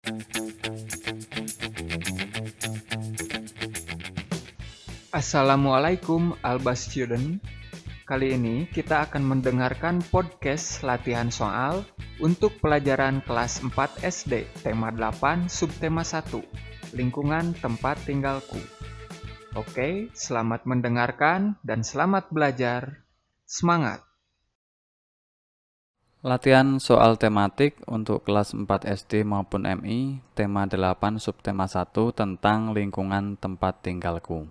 Assalamualaikum Alba Student. Kali ini kita akan mendengarkan podcast latihan soal untuk pelajaran kelas 4 SD, tema 8, subtema 1, lingkungan tempat tinggalku. Oke, selamat mendengarkan dan selamat belajar. Semangat! Latihan soal tematik untuk kelas 4 SD maupun MI, tema 8 subtema 1 tentang lingkungan tempat tinggalku.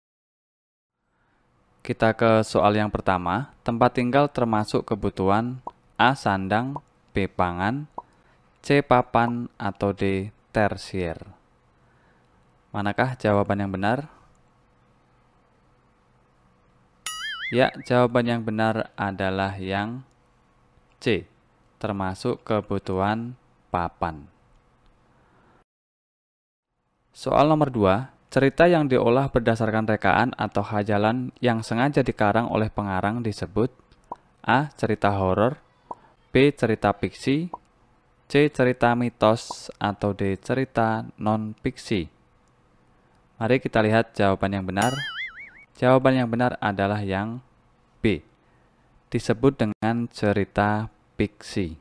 Kita ke soal yang pertama. Tempat tinggal termasuk kebutuhan A. Sandang, B. Pangan, C. Papan, atau D. Tersier. Manakah jawaban yang benar? Ya, jawaban yang benar adalah yang C. Termasuk kebutuhan papan. Soal nomor 2. Cerita yang diolah berdasarkan rekaan atau hayalan yang sengaja dikarang oleh pengarang disebut A. Cerita horor, B. Cerita fiksi, C. Cerita mitos, atau D. Cerita non-fiksi. Mari kita lihat jawaban yang benar. Jawaban yang benar adalah yang B. Disebut dengan cerita fiksi.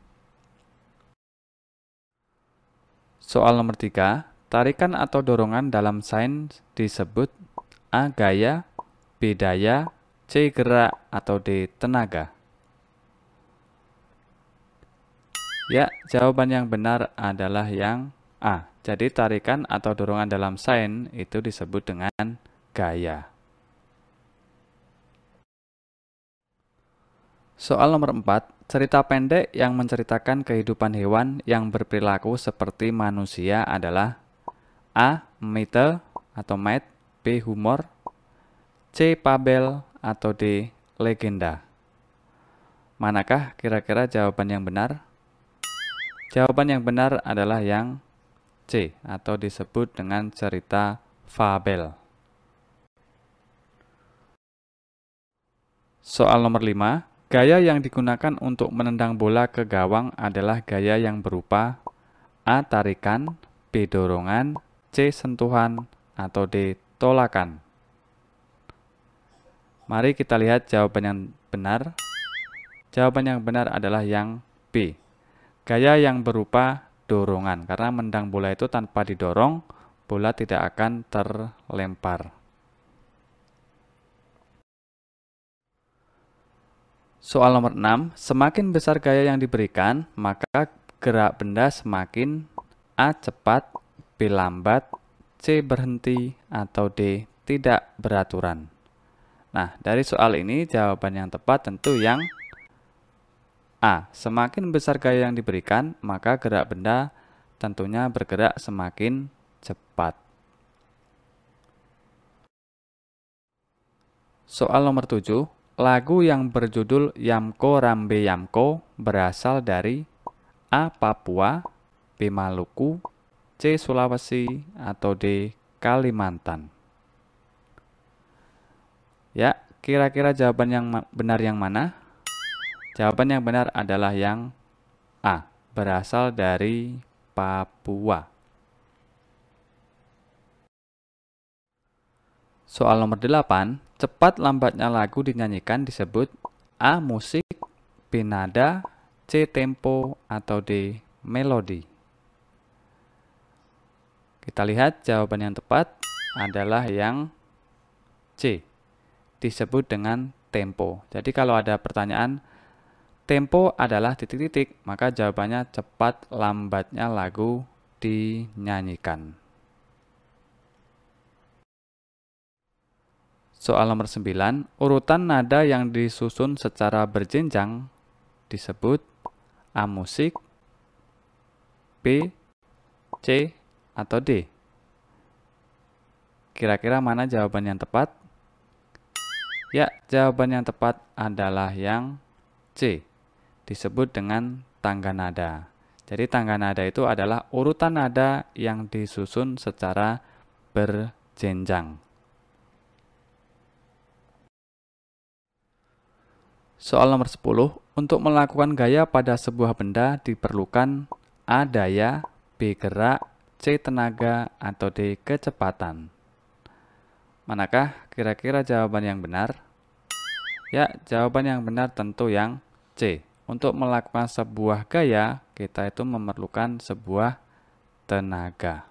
Soal nomor 3. Tarikan atau dorongan dalam sains disebut A. Gaya, B. Daya, C. Gerak, atau D. Tenaga. Ya, jawaban yang benar adalah yang A. Jadi tarikan atau dorongan dalam sains itu disebut dengan gaya. Soal nomor 4. Cerita pendek yang menceritakan kehidupan hewan yang berperilaku seperti manusia adalah A. Mite atau myth, B. Humor, C. Fabel, atau D. Legenda. Manakah kira-kira jawaban yang benar? Jawaban yang benar adalah yang C, atau disebut dengan cerita fabel. Soal nomor 5. Gaya yang digunakan untuk menendang bola ke gawang adalah gaya yang berupa A. Tarikan, B. Dorongan, C. Sentuhan, atau D. Tolakan. Mari kita lihat jawaban yang benar. Jawaban yang benar adalah yang B. Gaya yang berupa dorongan, karena menendang bola itu tanpa didorong, bola tidak akan terlempar. Soal nomor 6. Semakin besar gaya yang diberikan, maka gerak benda semakin A. Cepat, B. Lambat, C. Berhenti, atau D. Tidak beraturan. Nah, dari soal ini jawaban yang tepat tentu yang A. Semakin besar gaya yang diberikan, maka gerak benda tentunya bergerak semakin cepat. Soal nomor 7. Lagu yang berjudul Yamko Rambe Yamko berasal dari A. Papua, B. Maluku, C. Sulawesi, atau D. Kalimantan. Ya, kira-kira jawaban yang benar yang mana? Jawaban yang benar adalah yang A. Berasal dari Papua. Soal nomor 8. Cepat lambatnya lagu dinyanyikan disebut A. Musik, B. Nada, C. Tempo, atau D. Melodi. Kita lihat jawaban yang tepat adalah yang C. Disebut dengan tempo. Jadi kalau ada pertanyaan tempo adalah titik-titik, maka jawabannya cepat lambatnya lagu dinyanyikan. Soal nomor 9. Urutan nada yang disusun secara berjenjang disebut A. Musik, B, C, atau D. Kira-kira mana jawaban yang tepat? Ya, jawaban yang tepat adalah yang C. Disebut dengan tangga nada. Jadi tangga nada itu adalah urutan nada yang disusun secara berjenjang. Soal nomor 10. Untuk melakukan gaya pada sebuah benda diperlukan A. Daya, B. Gerak, C. Tenaga, atau D. Kecepatan. Manakah kira-kira jawaban yang benar? Ya, jawaban yang benar tentu yang C. Untuk melakukan sebuah gaya, kita itu memerlukan sebuah tenaga.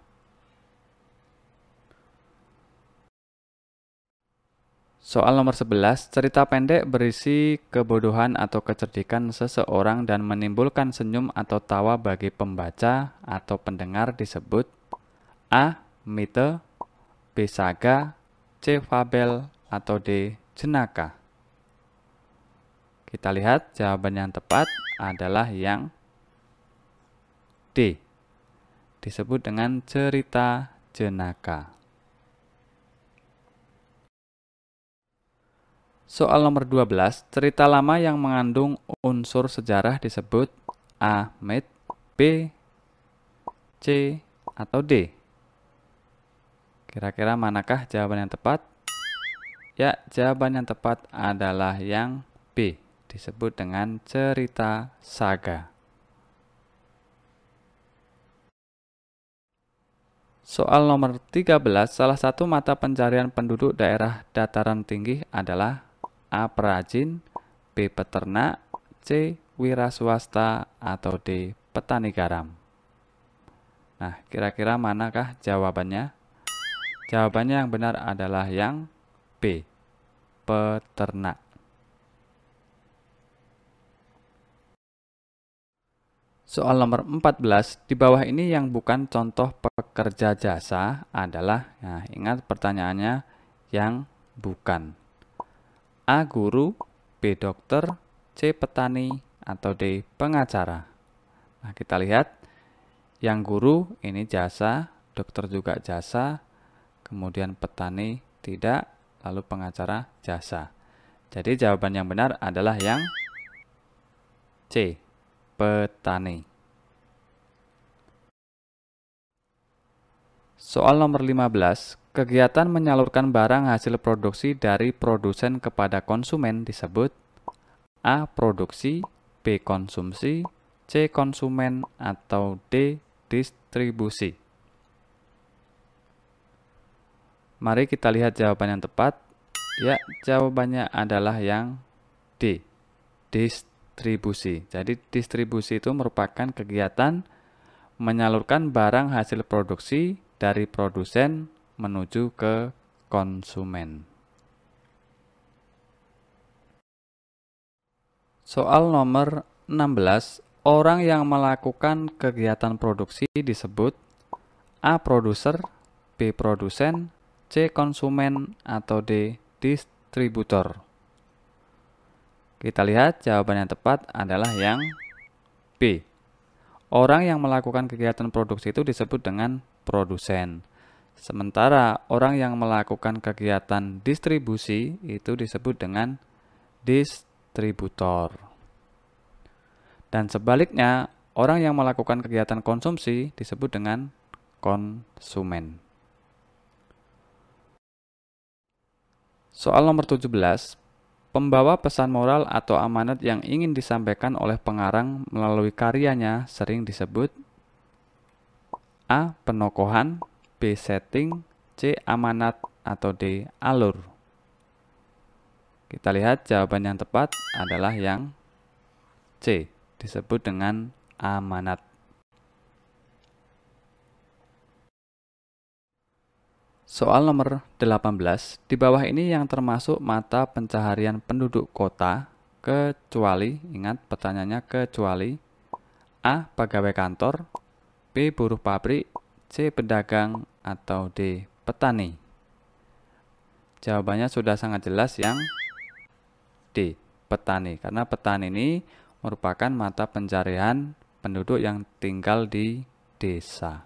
Soal nomor 11, cerita pendek berisi kebodohan atau kecerdikan seseorang dan menimbulkan senyum atau tawa bagi pembaca atau pendengar disebut A. Mite, B. Saga, C. Fabel, atau D. Jenaka. Kita lihat jawaban yang tepat adalah yang D. Disebut dengan cerita jenaka. Soal nomor 12, cerita lama yang mengandung unsur sejarah disebut A. Myth, B. C, atau D. Kira-kira manakah jawaban yang tepat? Ya, jawaban yang tepat adalah yang B. Disebut dengan cerita saga. Soal nomor 13, salah satu mata pencarian penduduk daerah dataran tinggi adalah A. Perajin, B. Peternak, C. Wira swasta, atau D. Petani garam. Nah, kira-kira manakah jawabannya? Jawabannya yang benar adalah yang B. Peternak. Soal nomor 14, di bawah ini yang bukan contoh pekerja jasa adalah, nah ingat pertanyaannya yang bukan. A. Guru, B. Dokter, C. Petani, atau D. Pengacara. Nah, kita lihat yang guru ini jasa, dokter juga jasa, kemudian petani tidak, lalu pengacara jasa. Jadi jawaban yang benar adalah yang C. Petani. Soal nomor 15, kegiatan menyalurkan barang hasil produksi dari produsen kepada konsumen disebut A. Produksi, B. Konsumsi, C. Konsumen, atau D. Distribusi. Mari kita lihat jawaban yang tepat. Ya, jawabannya adalah yang D. Distribusi. Jadi distribusi itu merupakan kegiatan menyalurkan barang hasil produksi dari produsen menuju ke konsumen. Soal nomor 16, orang yang melakukan kegiatan produksi disebut A. Produser, B. Produsen, C. Konsumen, atau D. Distributor. Kita lihat jawaban yang tepat adalah yang B. Orang yang melakukan kegiatan produksi itu disebut dengan produsen. Sementara orang yang melakukan kegiatan distribusi itu disebut dengan distributor. Dan sebaliknya, orang yang melakukan kegiatan konsumsi disebut dengan konsumen. Soal nomor 17, pembawa pesan moral atau amanat yang ingin disampaikan oleh pengarang melalui karyanya sering disebut A. Penokohan, B. Setting, C. Amanat, atau D. Alur. Kita lihat jawaban yang tepat adalah yang C. Disebut dengan amanat. Soal nomor 18, di bawah ini yang termasuk mata pencaharian penduduk kota, kecuali, ingat pertanyaannya kecuali A. Pegawai kantor, B. Buruh pabrik, C. Pedagang, atau D. Petani. Jawabannya sudah sangat jelas yang D. Petani, karena petani ini merupakan mata pencaharian penduduk yang tinggal di desa.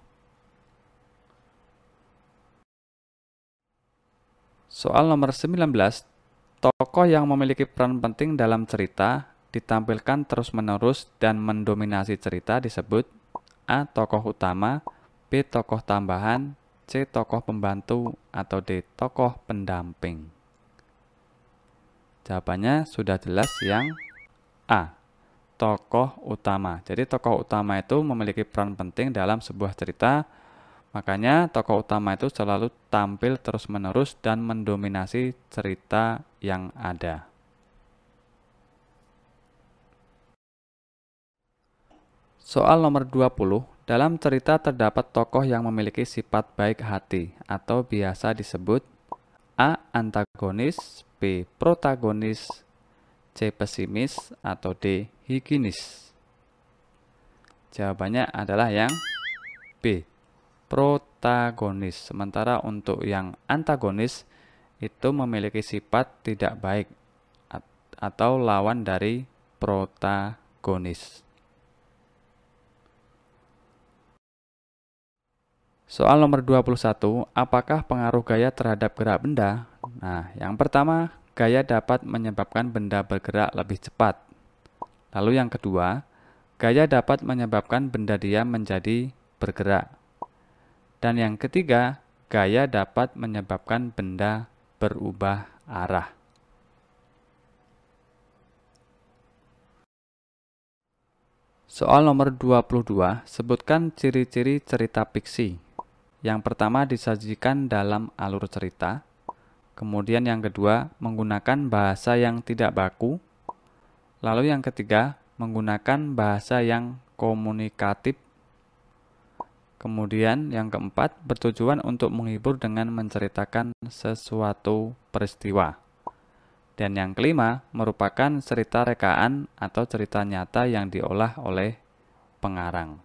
Soal nomor 19, tokoh yang memiliki peran penting dalam cerita ditampilkan terus-menerus dan mendominasi cerita disebut A. Tokoh utama, B. Tokoh tambahan, C. Tokoh pembantu, atau D. Tokoh pendamping. Jawabannya sudah jelas yang A. tokoh utama. Jadi tokoh utama itu memiliki peran penting dalam sebuah cerita. Makanya tokoh utama itu selalu tampil terus-menerus dan mendominasi cerita yang ada. Soal nomor 20, dalam cerita terdapat tokoh yang memiliki sifat baik hati atau biasa disebut A. Antagonis, B. Protagonis, C. Pesimis, atau D. Higienis. Jawabannya adalah yang B. Protagonis. Sementara untuk yang antagonis itu memiliki sifat tidak baik atau lawan dari protagonis. Soal nomor 21, apakah pengaruh gaya terhadap gerak benda? Nah, yang pertama, gaya dapat menyebabkan benda bergerak lebih cepat. Lalu yang kedua, gaya dapat menyebabkan benda diam menjadi bergerak. Dan yang ketiga, gaya dapat menyebabkan benda berubah arah. Soal nomor 22, sebutkan ciri-ciri cerita fiksi. Yang pertama disajikan dalam alur cerita. Kemudian yang kedua, menggunakan bahasa yang tidak baku. Lalu yang ketiga, menggunakan bahasa yang komunikatif. Kemudian yang keempat, bertujuan untuk menghibur dengan menceritakan sesuatu peristiwa. Dan yang kelima, merupakan cerita rekaan atau cerita nyata yang diolah oleh pengarang.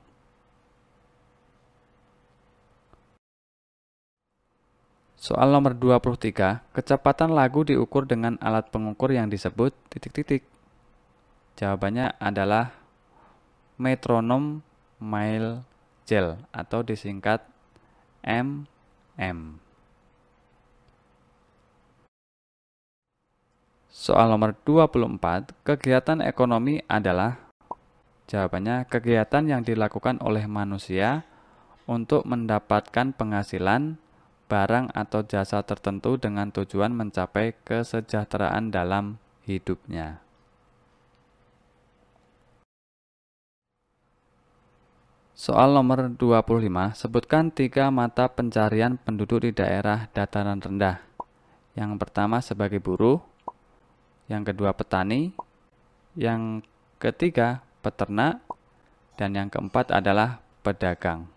Soal nomor 23, kecepatan lagu diukur dengan alat pengukur yang disebut ... Jawabannya adalah metronom mile gel atau disingkat MM. Soal nomor 24, kegiatan ekonomi adalah... Jawabannya kegiatan yang dilakukan oleh manusia untuk mendapatkan penghasilan, barang atau jasa tertentu dengan tujuan mencapai kesejahteraan dalam hidupnya. Soal nomor 25, sebutkan 3 mata pencarian penduduk di daerah dataran rendah. Yang pertama sebagai buruh, yang kedua petani, yang ketiga peternak, dan yang keempat adalah pedagang.